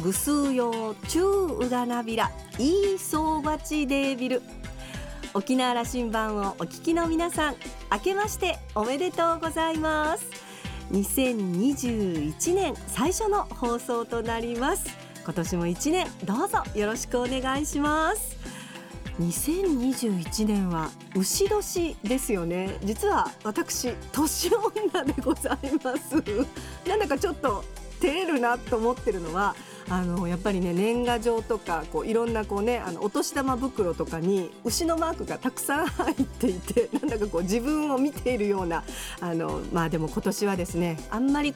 ぐすうようちゅううがなびらいいそうばちでびる。沖縄羅針盤をお聞きの皆さん、明けましておめでとうございます。2021年最初の放送となります。今年も1年どうぞよろしくお願いします。2021年は牛年ですよね。実は私年女でございます。なんだかちょっと照れるなと思ってるのはやっぱりね、年賀状とかいろんなお年玉袋とかに牛のマークがたくさん入っていて、なんだか自分を見ているようなでも今年はですね、あんまり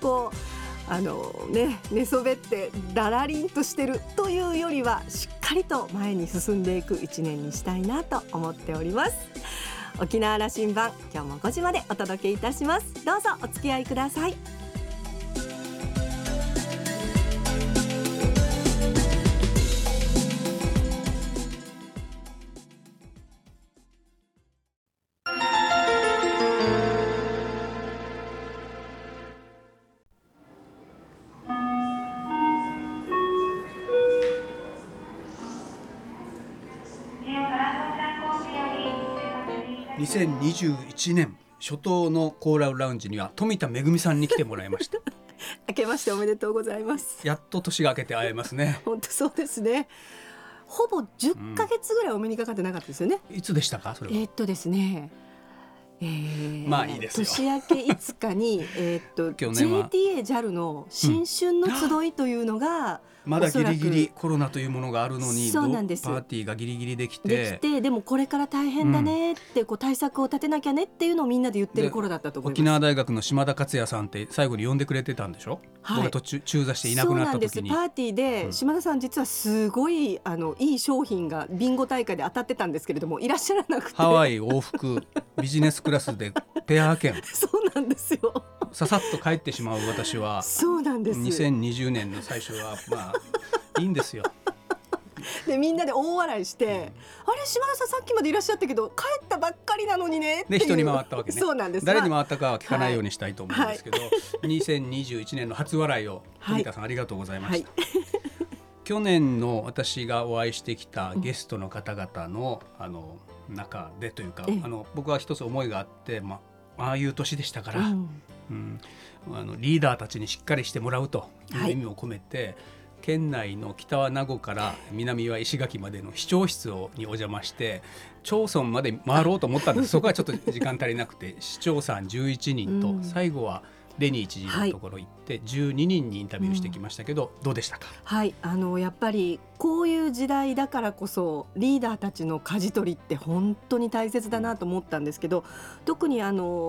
寝そべってダラリンとしてるというよりは、しっかりと前に進んでいく一年にしたいなと思っております。沖縄羅針盤、今日も5時までお届けいたします。どうぞお付き合いください。 2021年初頭のコーラルラウンジには富田恵さんに来てもらいました。 明けましておめでとうございます。 やっと年が明けて会えますね。 本当そうですね。ほぼ10ヶ月ぐらいお目にかかってなかったですよね。 いつでしたか、それは。 ですね、 まあいいですよ。 年明け5日にJTA JAL の新春の集いというのが、 まだギリギリコロナというものがあるのに、 そうなんです。 パーティーがギリギリできて、 でもこれから大変だねって対策を立てなきゃねっていうのをみんなで言ってる頃だったと思います。 沖縄大学の島田克也さんって最後に呼んでくれてたんでしょ、僕が途中中座していなくなった時に。 そうなんです。パーティーで島田さん実はすごいいい商品がビンゴ大会で当たってたんですけれども、いらっしゃらなくて、 ハワイ往復ビジネスクラスでペア券そうなんですよ。 ささっと帰ってしまう私は。 そうなんです。 2020年の最初はいいんですよ。 でみんなで大笑いして、あれ島田さんさっきまでいらっしゃったけど帰ったばっかりなのにねっていう。 で人に回ったわけね。 そうなんです。 誰に回ったかは聞かないようにしたいと思うんですけど、2021年の初笑いを富田さん、ありがとうございました。去年の私がお会いしてきたゲストの方々の、中でというか、僕は一つ思いがあって、ああいう年でしたから、リーダーたちにしっかりしてもらうという意味を込めて、県内の北は名護から南は石垣までの市長室にお邪魔して町村まで回ろうと思ったんです。そこはちょっと時間足りなくて市長さん11人と、最後はレニー知事のところ行って12人にインタビューしてきましたけど、どうでしたか。 やっぱりこういう時代だからこそリーダーたちの舵取りって本当に大切だなと思ったんですけど、特に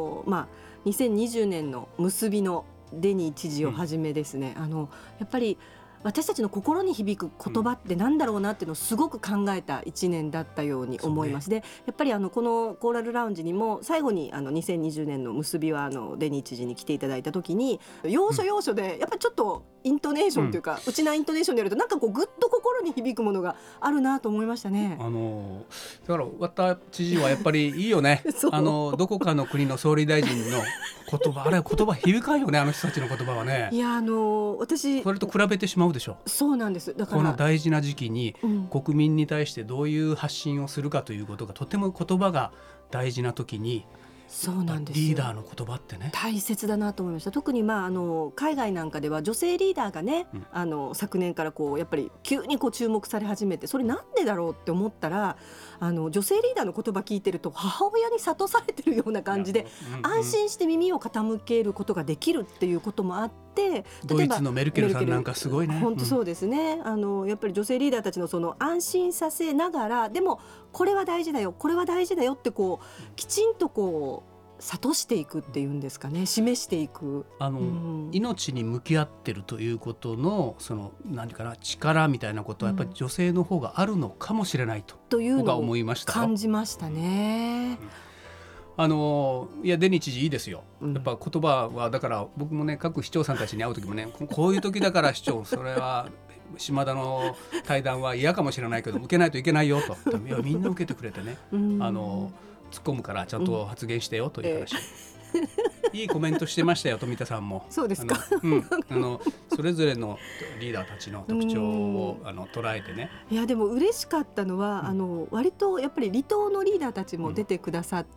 2020年の結びのレニー知事をはじめですね、やっぱり私たちの心に響く言葉ってなんだろうなっていうのをすごく考えた1年だったように思います。でやっぱりこのコーラルラウンジにも最後に2020年の結びはレニー知事に来ていただいた時に要所要所でやっぱりちょっとイントネーションというか、うちなイントネーションでやるとなんかぐっと心に響くものがあるなと思いましたね。 だから私知事はやっぱりいいよね。どこかの国の総理大臣の言葉、あれ言葉響かんよね、あの人たちの言葉はね。 いや私それと比べてしまうでしょ。 そうなんです。だからこの大事な時期に国民に対してどういう発信をするかということが、とても言葉が大事な時に、 そうなんですよ、 リーダーの言葉ってね大切だなと思いました。特に海外なんかでは女性リーダーがね、昨年からやっぱり急に注目され始めて、それなんでだろうって思ったら、女性リーダーの言葉聞いてると母親に諭されてるような感じで、安心して耳を傾けることができるっていうこともあって、 ドイツのメルケルさんなんかすごいね。 本当そうですね。やっぱり女性リーダーたちの安心させながら、でもこれは大事だよこれは大事だよってきちんと諭していくっていうんですかね、示していく、 命に向き合ってるということの何かな、力みたいなことはやっぱり女性の方があるのかもしれないというのを感じましたね。 いやデニー知事いいですよ。やっぱ言葉は、だから僕もね、各市長さんたちに会う時もね、こういう時だから市長それは島田の対談は嫌かもしれないけど受けないといけないよと。いやみんな受けてくれてね、突っ込むからちゃんと発言してよという話、 いいコメントしてましたよ富田さんも。 そうですか。 それぞれのリーダーたちの特徴を捉えてね。 いやでも嬉しかったのは、割とやっぱり離島のリーダーたちも出てくださって、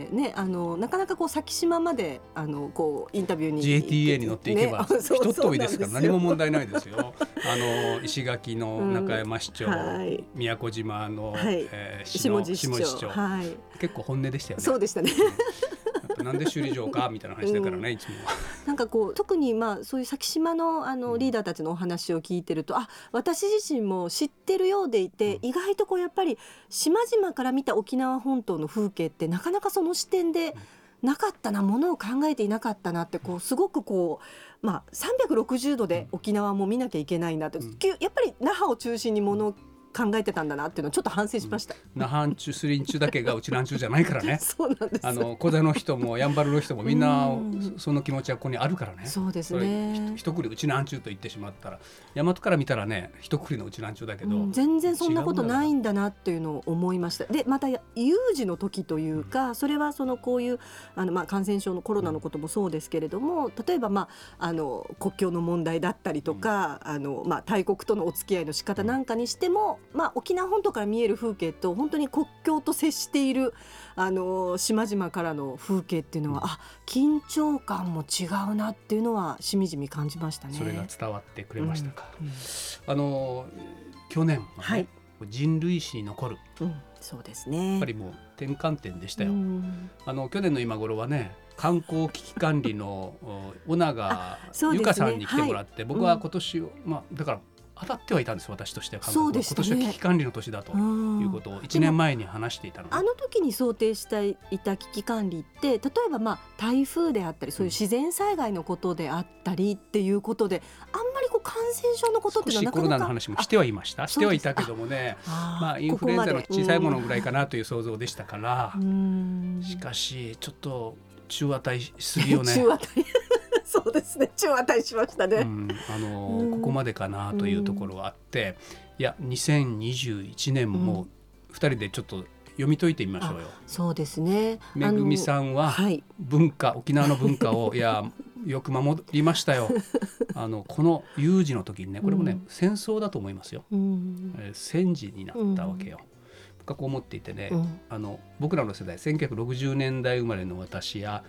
ね、なかなかこう先島までこうインタビューに JTA に乗っていけば、 ね、 一通りですから何も問題ないですよ。石垣の中山市長、宮古島の、下地市長、結構本音でしたよね。 そうでしたね。 なんで首里城かみたいな話だからね、いつも。 なんかこう特にそういう先島のリーダーたちのお話を聞いてると、私自身も知ってるようでいて、意外とこうやっぱり島々から見た沖縄本島の風景ってなかなかその視点でなかったな、ものを考えていなかったなって、こうすごく360度で沖縄も見なきゃいけないなって、やっぱり那覇を中心にものを考えてたんだなっていうのをちょっと反省しました。 那覇中スリン中だけがうちなん中じゃないからね。 そうなんです。 小田の人もやんばるの人もみんなその気持ちはここにあるからね。 そうですね。 一括りうちなん中と言ってしまったら、大和から見たらね一括りのうちなん中だけど、 全然そんなことないんだなっていうのを思いました。でまた有事の時というか、それはこういう感染症のコロナのこともそうですけれども、例えば国境の問題だったりとか、大国とのお付き合いの仕方なんかにしても、沖縄本島から見える風景と本当に国境と接している島々からの風景っていうのは、緊張感も違うなっていうのはしみじみ感じましたね。 それが伝わってくれましたか。去年はね、人類史に残る、 そうですね、 やっぱりもう転換点でしたよ。去年の今頃はね、観光危機管理の尾長由香さんに来てもらって、僕は今年だから当たってはいたんです、私としては。今年は危機管理の年だということを1年前に話していたので、 あの時に想定していた危機管理って、例えば台風であったり、そういう自然災害のことであったりっていうことで、あんまり感染症のことっていうのはなかなか、 コロナの話もしてはいました、してはいたけどもね、インフルエンザの小さいものぐらいかなという想像でしたから、しかしちょっと中和対しすぎよね。 中和対そうですね、中和対しましたね。 ここまでかなというところがあって、いや2021年も2人でちょっと読み解いてみましょうよ。 そうですね、 めぐみさんは文化、沖縄の文化をよく守りましたよ。この有事の時にね、これもね、戦争だと思いますよ。戦時になったわけよ。僕はこう思っていてね、僕らの世代1960年代生まれの私や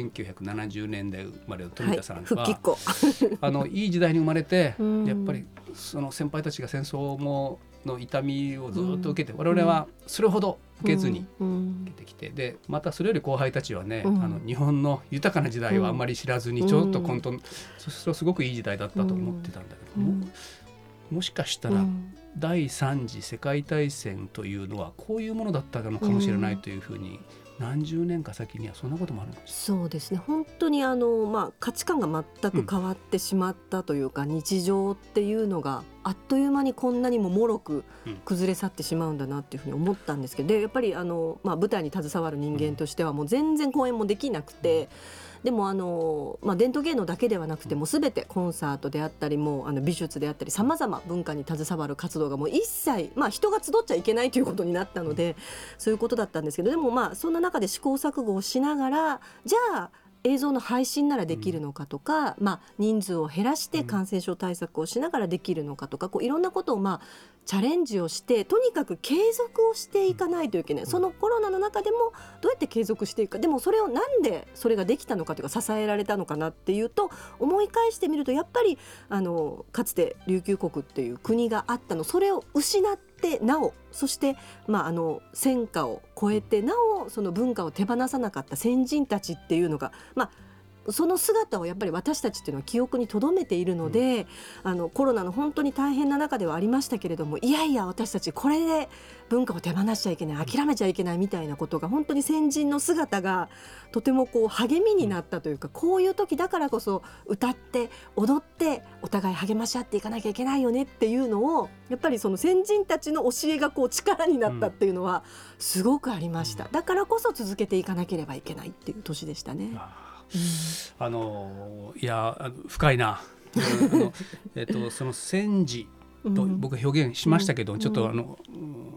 1970年代生まれの富田さんは、いい時代に生まれて、やっぱりその先輩たちが戦争の痛みをずっと受けて、我々はそれほど受けずに受けてきて、でまたそれより後輩たちはね、日本の豊かな時代をあんまり知らずに、ちょっとそれはすごくいい時代だったと思ってたんだけど、もしかしたら第3次世界大戦というのはこういうものだったのかもしれないというふうに、何十年か先にはそんなこともあるんです。 そうですね、本当に価値観が全く変わってしまったというか、日常っていうのがあっという間にこんなにももろく崩れ去ってしまうんだなっていうふうに思ったんですけど、でやっぱり舞台に携わる人間としてはもう全然公演もできなくて、でも伝統芸能だけではなくても全てコンサートであったりも美術であったりさまざま文化に携わる活動がもう一切、人が集っちゃいけないということになったので、そういうことだったんですけど、でもそんな中で試行錯誤をしながら、じゃあ映像の配信ならできるのかとか、人数を減らして感染症対策をしながらできるのかとか、いろんなことをチャレンジをして、とにかく継続をしていかないといけない。そのコロナの中でもどうやって継続していくか、でもそれをなんでそれができたのかというか支えられたのかなっていうと、思い返してみるとやっぱりかつて琉球国っていう国があったの、それを失ってなお、そして戦火を超えてなおその文化を手放さなかった先人たちっていうのが、その姿をやっぱり私たちっていうのは記憶に留めているので、コロナの本当に大変な中ではありましたけれども、いやいや私たちこれで文化を手放しちゃいけない、諦めちゃいけないみたいなことが、本当に先人の姿がとても励みになったというか、こういう時だからこそ歌って踊ってお互い励まし合っていかなきゃいけないよねっていうのを、やっぱりその先人たちの教えが力になったっていうのはすごくありました。だからこそ続けていかなければいけないっていう年でしたね。 いや深いな。その戦時と僕は表現しましたけど、ちょっと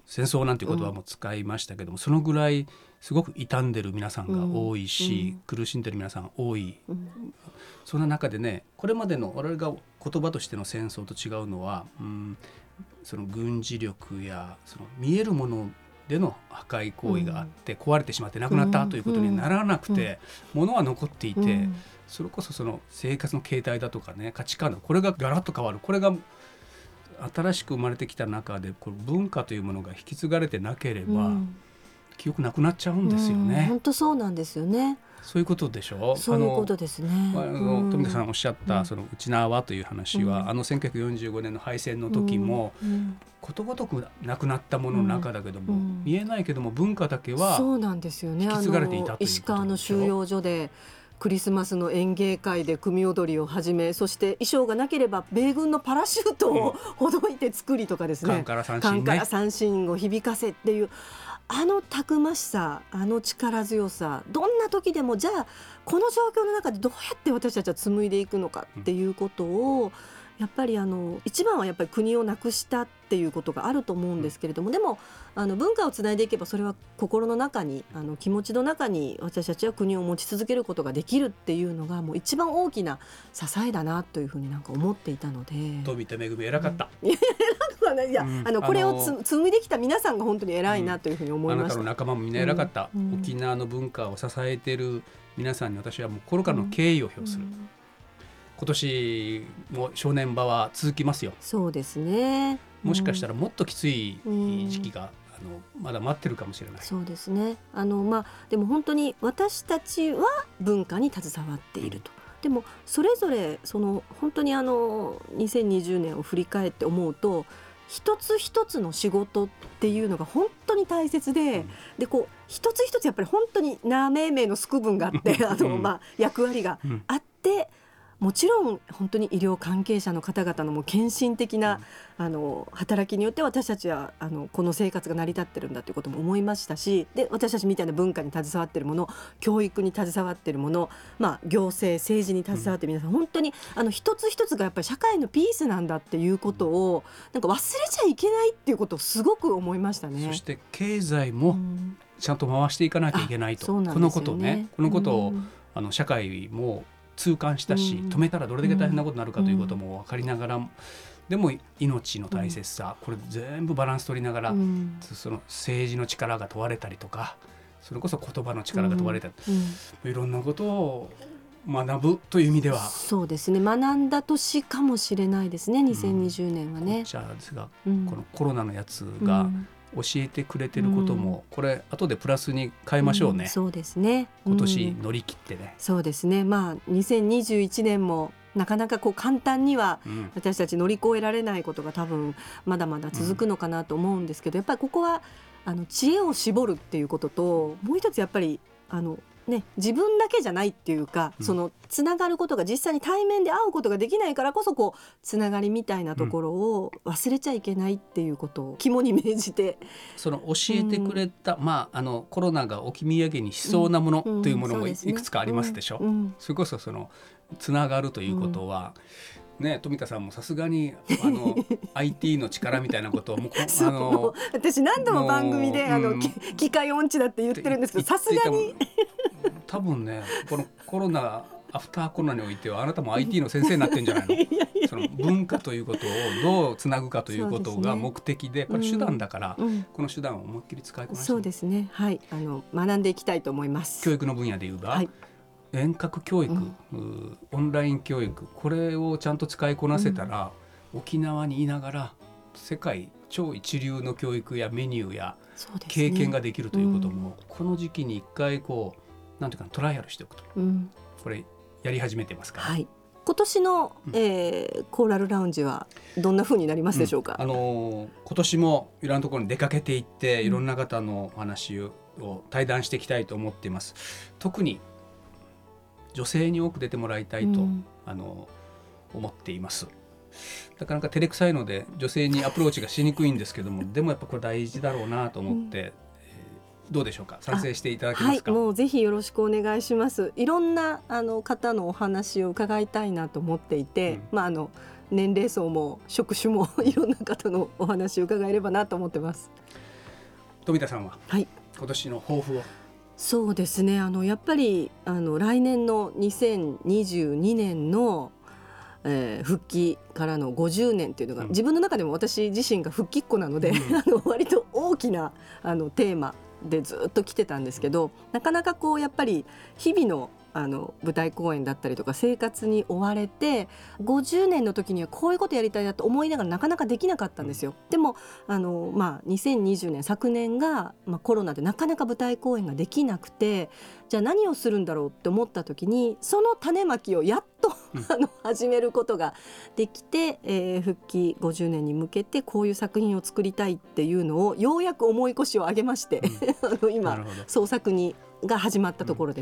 戦争なんていう言葉も使いましたけども、そのぐらいすごく傷んでる皆さんが多いし、苦しんでる皆さん多い、そんな中でね、これまでの我々が言葉としての戦争と違うのは、その軍事力やその見えるものでの破壊行為があって、壊れてしまってなくなったということにならなくて、物は残っていて、それこそその生活の形態だとかね、価値観のこれがガラッと変わる、これが新しく生まれてきた中で、これ文化というものが引き継がれてなければ、記憶なくなっちゃうんですよね。 本当そうなんですよね。 そういうことでしょう。 そういうことですね。 富田さんおっしゃったその内縄という話は、1945年の敗戦の時も、ことごとくなくなったものの中だけども、見えないけども文化だけは引き継がれていたということでしょ。 石川の収容所でクリスマスの演芸会で組踊りを始め、そして衣装がなければ米軍のパラシュートをほどいて作りとかですね、 カンカラ三振を響かせっていう、あのたくましさ、あの力強さ、どんな時でもじゃあこの状況の中でどうやって私たちは紡いでいくのかっていうことを、やっぱり一番はやっぱり国をなくしたっていうことがあると思うんですけれども、でも文化をつないでいけば、それは心の中に気持ちの中に私たちは国を持ち続けることができるっていうのが、もう一番大きな支えだなというふうになんか思っていたので。 富田恵偉かった、 いや、これを紡いできた皆さんが本当に偉いなというふうに思いました。 あなたの仲間もみんな偉かった、沖縄の文化を支えている皆さんに私はもう心からの敬意を表する、今年も正念場は続きますよ。 そうですね、 もしかしたらもっときつい時期が、まだ待ってるかもしれない。 そうですね。でも本当に私たちは文化に携わっていると、でもそれぞれ本当に2020年を振り返って思うと、一つ一つの仕事っていうのが本当に大切で、でこう一つ一つやっぱり本当になめいめいのすく分があって役割があって、もちろん本当に医療関係者の方々のもう献身的な働きによって私たちはこの生活が成り立ってるんだということも思いましたし、で私たちみたいな文化に携わっているもの、教育に携わっているもの、行政政治に携わっている皆さん、本当に一つ一つがやっぱり社会のピースなんだっていうことをなんか忘れちゃいけないっていうことをすごく思いましたね。 そして経済もちゃんと回していかなきゃいけないと、 このことね、 このことを社会も痛感したし、止めたらどれだけ大変なことになるかということも分かりながら、でも命の大切さ、これ全部バランス取りながら、その政治の力が問われたりとか、それこそ言葉の力が問われたり、いろんなことを学ぶという意味では、 そうですね、学んだ年かもしれないですね、2020年はね。 じゃあですが、このコロナのやつが教えてくれてることも、これ後でプラスに変えましょうね。 そうですね、 今年乗り切ってね。 そうですね、2021年もなかなか簡単には私たち乗り越えられないことが多分まだまだ続くのかなと思うんですけど、やっぱりここは知恵を絞るっていうことと、もう一つやっぱり自分だけじゃないっていうか、そのつながることが実際に対面で会うことができないからこそつながりみたいなところを忘れちゃいけないっていうことを肝に銘じて、 その教えてくれた、コロナが置き土産にしそうなものというものもいくつかありますでしょ。それこそつながるということは、富田さんもさすがにIT の力みたいなことを私何度も番組で機械音痴だって言ってるんですけど、さすがに多分ね、このコロナアフターコロナにおいてはあなたも IT の先生になってんじゃないのその文化ということをどうつなぐかということが目的で、これ手段だから、この手段を思いっきり使いこなして、 そうですね、はい、学んでいきたいと思います。 教育の分野で言えば、遠隔教育、オンライン教育、これをちゃんと使いこなせたら、沖縄にいながら世界超一流の教育やメニューや経験ができるということも、この時期に一回なんていうかトライアルしておくと、これやり始めてますから、 今年の、コーラルラウンジはどんな風になりますでしょうか。 今年もいろんなところに出かけていって、いろんな方のお話を対談していきたいと思っています。特に女性に多く出てもらいたいと、思っています。なかなか照れくさいので女性にアプローチがしにくいんですけども、でもやっぱこれ大事だろうなと思って、どうでしょうか、賛成していただけますか。 もうぜひよろしくお願いします。いろんな方のお話を伺いたいなと思っていて、年齢層も職種もいろんな方のお話を伺えればなと思ってます。 富田さんは、 はい、 今年の抱負を。 そうですね、やっぱり来年の2022年の、復帰からの50年っていうのが、自分の中でも私自身が復帰っ子なので、割と大きなテーマでずっと来てたんですけど、なかなかこうやっぱり日々の舞台公演だったりとか生活に追われて、50年の時にはこういうことやりたいなと思いながらなかなかできなかったんですよ。でも2020年昨年が、コロナでなかなか舞台公演ができなくて、じゃあ何をするんだろうって思った時に、その種まきをやっと始めることができて、復帰50年に向けてこういう作品を作りたいっていうのをようやく重い腰を上げまして、今創作が始まったところです。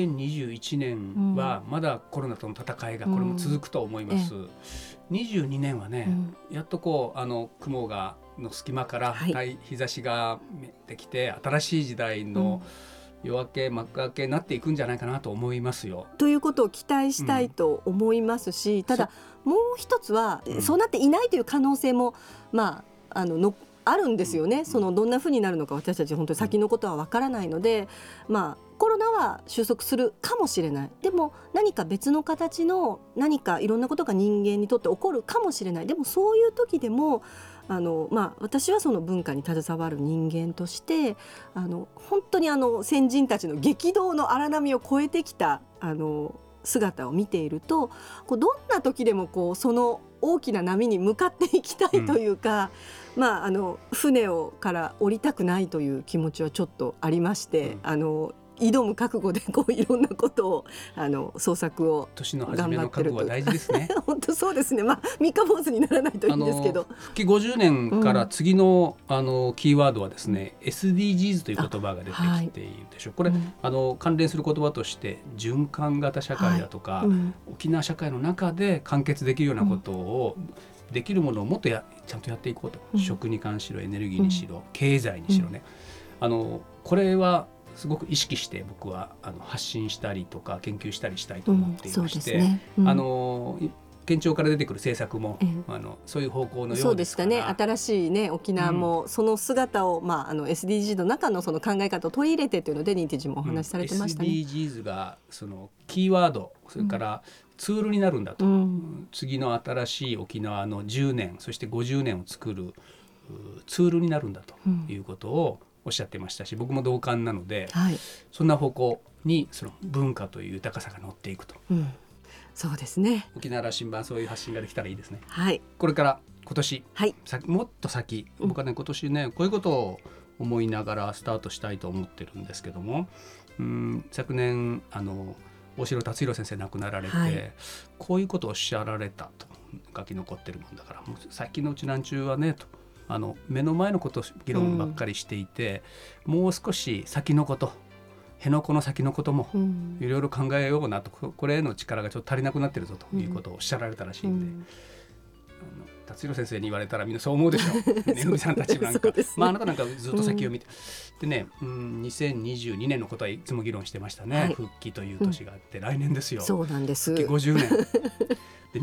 2021年はまだコロナとの戦いがこれも続くと思います。22年はね、やっとこう雲の隙間から日差しが出てきて、新しい時代の夜明け幕開けになっていくんじゃないかなと思いますよ。 ということを期待したいと思いますし、ただもう一つは、そうなっていないという可能性もあるんですよね。そのどんな風になるのか私たち本当に先のことはわからないので、コロナは収束するかもしれない。でも何か別の形の何かいろんなことが人間にとって起こるかもしれない。でもそういう時でも私はその文化に携わる人間として本当に先人たちの激動の荒波を越えてきた姿を見ていると、どんな時でもその大きな波に向かっていきたいというか、船から降りたくないという気持ちはちょっとありまして、挑む覚悟でいろんなことを創作を年の初めの覚悟は大事ですね。 本当そうですね。三日坊主にならないといいんですけど、 復帰50年から次の、キーワードはですね、SDGs という言葉が出てきているでしょう。これ、関連する言葉として循環型社会だとか、沖縄社会の中で完結できるようなことを、できるものをもっとちゃんとやっていこうと、食に関しろエネルギーにしろ、経済にしろね、これはすごく意識して僕は発信したりとか研究したりしたいと思っていまして、県庁から出てくる政策も、そういう方向のようですから。そうでしたね。 新しい、ね、沖縄もその姿を、SDGs の中のその考え方を取り入れてというのでニーティジもお話しされてましたね。 SDGs がそのキーワード、それからツールになるんだと、次の新しい沖縄の10年そして50年を作るツールになるんだということをおっしゃってましたし、僕も同感なので、そんな方向にその文化という豊かさが乗っていくと、 そうですね。 沖縄羅針盤、そういう発信ができたらいいですね。 これから今年、もっと先、僕はね今年ねこういうことを思いながらスタートしたいと思ってるんですけども、昨年大城達弘先生亡くなられて、こういうことをおっしゃられたと書き残ってるもんだから、もう先のうちなんちゅうはねと、目の前のこと議論ばっかりしていて、もう少し先のこと、辺野古の先のこともいろいろ考えようなと、これへの力がちょっと足りなくなってるぞということをおっしゃられたらしいんで、達弘先生に言われたらみんなそう思うでしょう。めぐみさんたちなんか、あなたなんかずっと先を見て、でね、2022年のことはいつも議論してましたね。復帰という年があって、来年ですよ。 そうなんです。 復帰50年で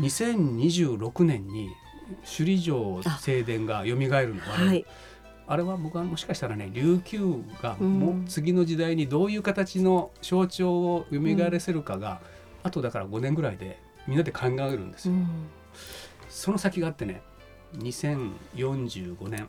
2026年に首里城正殿が蘇るのは、あれは僕はもしかしたらね、琉球がもう次の時代にどういう形の象徴を蘇らせるかが、あとだから5年ぐらいでみんなで考えるんですよ。その先があってね、2045年。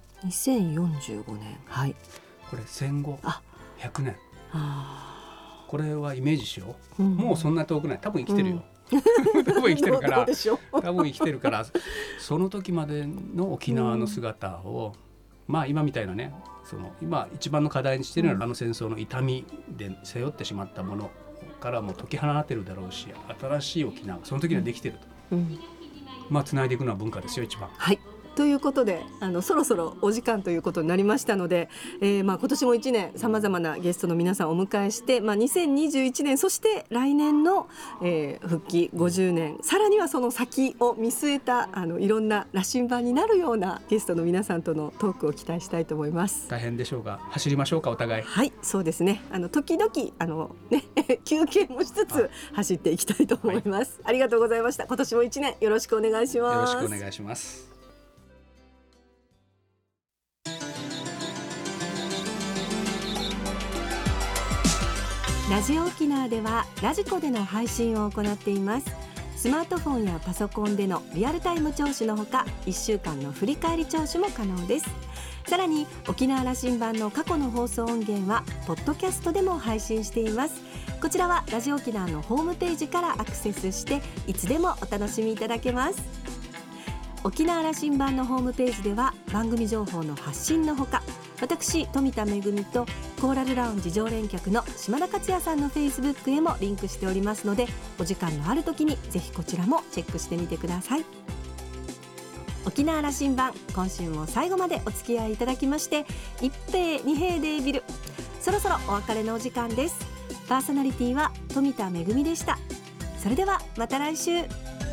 これ戦後100年。これはイメージしよう。もうそんな遠くない。多分生きてるよ。多分生きてるから、その時までの沖縄の姿を、今みたいなね、今一番の課題にしているのは、戦争の痛みで背負ってしまったものからも解き放てるだろうし、新しい沖縄その時にはできてると、つないでいくのは文化ですよ、一番。 ということでそろそろお時間ということになりましたので、今年も1年さまざまなゲストの皆さんをお迎えして、2021年そして来年の、復帰50年、さらにはその先を見据えたいろんな羅針盤になるようなゲストの皆さんとのトークを期待したいと思います。 大変でしょうが走りましょうか、お互い。 そうですね。時々休憩もしつつ走っていきたいと思います。ありがとうございました。今年も1年よろしくお願いします。 よろしくお願いします。 ラジオ沖縄ではラジコでの配信を行っています。スマートフォンやパソコンでのリアルタイム聴取のほか、1週間の振り返り聴取も可能です。さらに沖縄羅針盤の過去の放送音源はポッドキャストでも配信しています。こちらはラジオ沖縄のホームページからアクセスしていつでもお楽しみいただけます。沖縄羅針盤のホームページでは番組情報の発信のほか、私富田恵とコーラルラウンジ常連客の島田克也さんの Facebook へもリンクしておりますので、お時間のある時にぜひこちらもチェックしてみてください。沖縄羅針盤、今週も最後までお付き合いいただきまして一平二平デービル、そろそろお別れのお時間です。パーソナリティは富田恵でした。それではまた来週。